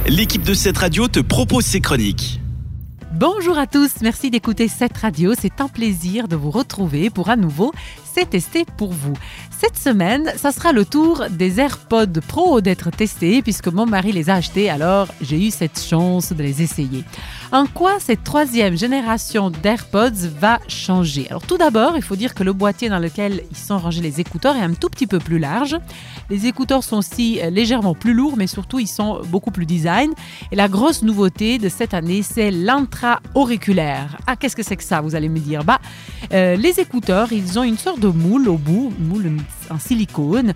l'équipe de cette radio te propose ses chroniques. Bonjour à tous, merci d'écouter cette radio. C'est un plaisir de vous retrouver pour à nouveau C'est testé pour vous. Cette semaine, ça sera le tour des AirPods Pro d'être testés puisque mon mari les a achetés, alors j'ai eu cette chance de les essayer. En quoi cette troisième génération d'AirPods va changer? Alors tout d'abord, il faut dire que le boîtier dans lequel ils sont rangés les écouteurs est un tout petit peu plus large. Les écouteurs sont aussi légèrement plus lourds, mais surtout ils sont beaucoup plus design. Et la grosse nouveauté de cette année, c'est l'intra-auriculaire. Ah, qu'est-ce que c'est que ça, vous allez me dire? Les écouteurs, ils ont une sorte de moule au bout, en silicone,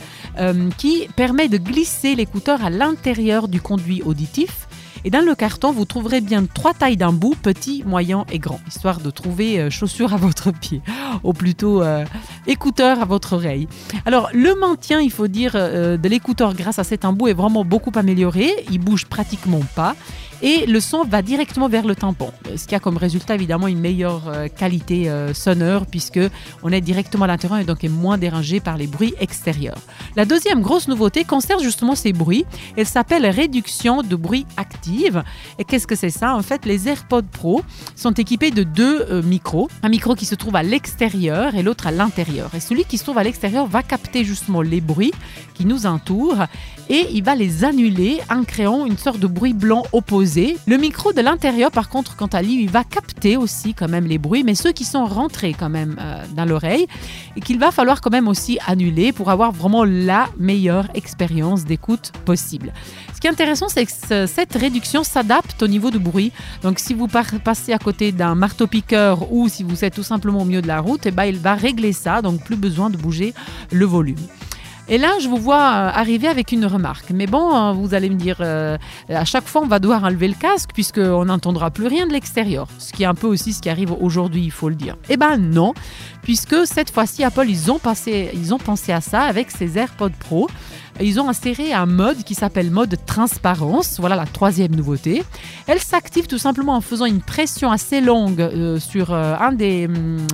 qui permet de glisser l'écouteur à l'intérieur du conduit auditif. Et dans le carton, vous trouverez bien 3 tailles d'embout, petit, moyen et grand, histoire de trouver chaussures à votre pied, ou plutôt écouteurs à votre oreille. Alors, le maintien, il faut dire, de l'écouteur grâce à cet embout est vraiment beaucoup amélioré. Il bouge pratiquement pas. Et le son va directement vers le tampon, ce qui a comme résultat évidemment une meilleure qualité sonore puisque on est directement à l'intérieur et donc est moins dérangé par les bruits extérieurs. La deuxième grosse nouveauté concerne justement ces bruits. Elle s'appelle réduction de bruit active. Et qu'est-ce que c'est ça? En fait, les AirPods Pro sont équipés de 2 micros. Un micro qui se trouve à l'extérieur et l'autre à l'intérieur. Et celui qui se trouve à l'extérieur va capter justement les bruits qui nous entourent et il va les annuler en créant une sorte de bruit blanc opposé. Le micro de l'intérieur, par contre, quant à lui, il va capter aussi quand même les bruits, mais ceux qui sont rentrés quand même dans l'oreille et qu'il va falloir quand même aussi annuler pour avoir vraiment la meilleure expérience d'écoute possible. Ce qui est intéressant, c'est que cette réduction s'adapte au niveau du bruit. Donc, si vous passez à côté d'un marteau-piqueur ou si vous êtes tout simplement au milieu de la route, il va régler ça, donc plus besoin de bouger le volume. Et là, je vous vois arriver avec une remarque. Mais bon, vous allez me dire, à chaque fois, on va devoir enlever le casque puisqu'on n'entendra plus rien de l'extérieur. Ce qui est un peu aussi ce qui arrive aujourd'hui, il faut le dire. Eh bien non, puisque cette fois-ci, Apple, ils ont pensé à ça avec ces AirPods Pro. Ils ont inséré un mode qui s'appelle mode transparence. Voilà la troisième nouveauté. Elle s'active tout simplement en faisant une pression assez longue sur un des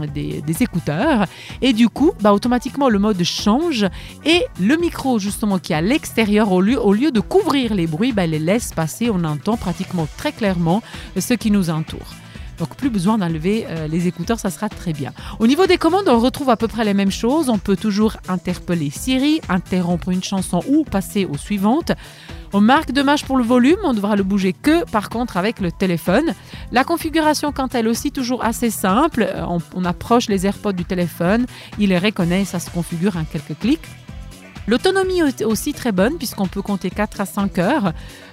écouteurs. Et du coup, automatiquement, le mode change. Et le micro, justement, qui est à l'extérieur, au lieu de couvrir les bruits, il les laisse passer. On entend pratiquement très clairement ce qui nous entoure. Donc, plus besoin d'enlever les écouteurs, ça sera très bien. Au niveau des commandes, on retrouve à peu près les mêmes choses. On peut toujours interpeller Siri, interrompre une chanson ou passer aux suivantes. On marque de mâche pour le volume, on devra le bouger que par contre avec le téléphone. La configuration, quant à elle aussi, toujours assez simple. On approche les AirPods du téléphone, il les reconnaît, ça se configure en quelques clics. L'autonomie est aussi très bonne puisqu'on peut compter 4 à 5 heures.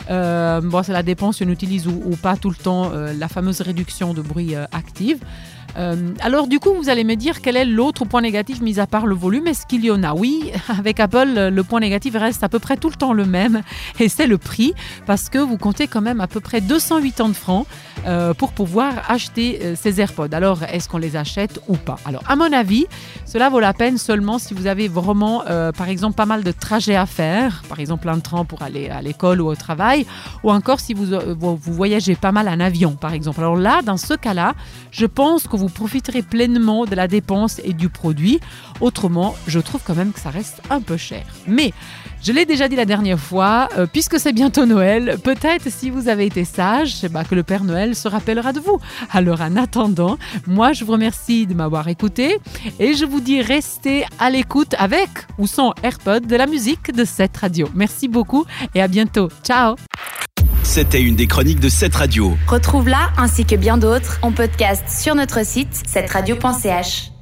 Ça dépend si on utilise ou pas tout le temps la fameuse réduction de bruit active. Alors du coup, vous allez me dire quel est l'autre point négatif mis à part le volume? Est-ce qu'il y en a? Oui, avec Apple, le point négatif reste à peu près tout le temps le même et c'est le prix parce que vous comptez quand même à peu près 280 francs pour pouvoir acheter ces AirPods. Alors, est-ce qu'on les achète ou pas? Alors, à mon avis, cela vaut la peine seulement si vous avez vraiment, par exemple, pas mal de trajets à faire, par exemple un train pour aller à l'école ou au travail, ou encore si vous voyagez pas mal en avion, par exemple. Alors là, dans ce cas-là, je pense que vous profiterez pleinement de la dépense et du produit. Autrement, je trouve quand même que ça reste un peu cher. Mais, je l'ai déjà dit la dernière fois, puisque c'est bientôt Noël, peut-être si vous avez été sage, que le Père Noël se rappellera de vous. Alors en attendant, moi je vous remercie de m'avoir écouté et je vous dis restez à l'écoute avec ou sans AirPods de la musique de cette radio. Merci beaucoup et à bientôt. Ciao! C'était une des chroniques de cette radio. Retrouve-la ainsi que bien d'autres en podcast sur notre site cetteradio.ch.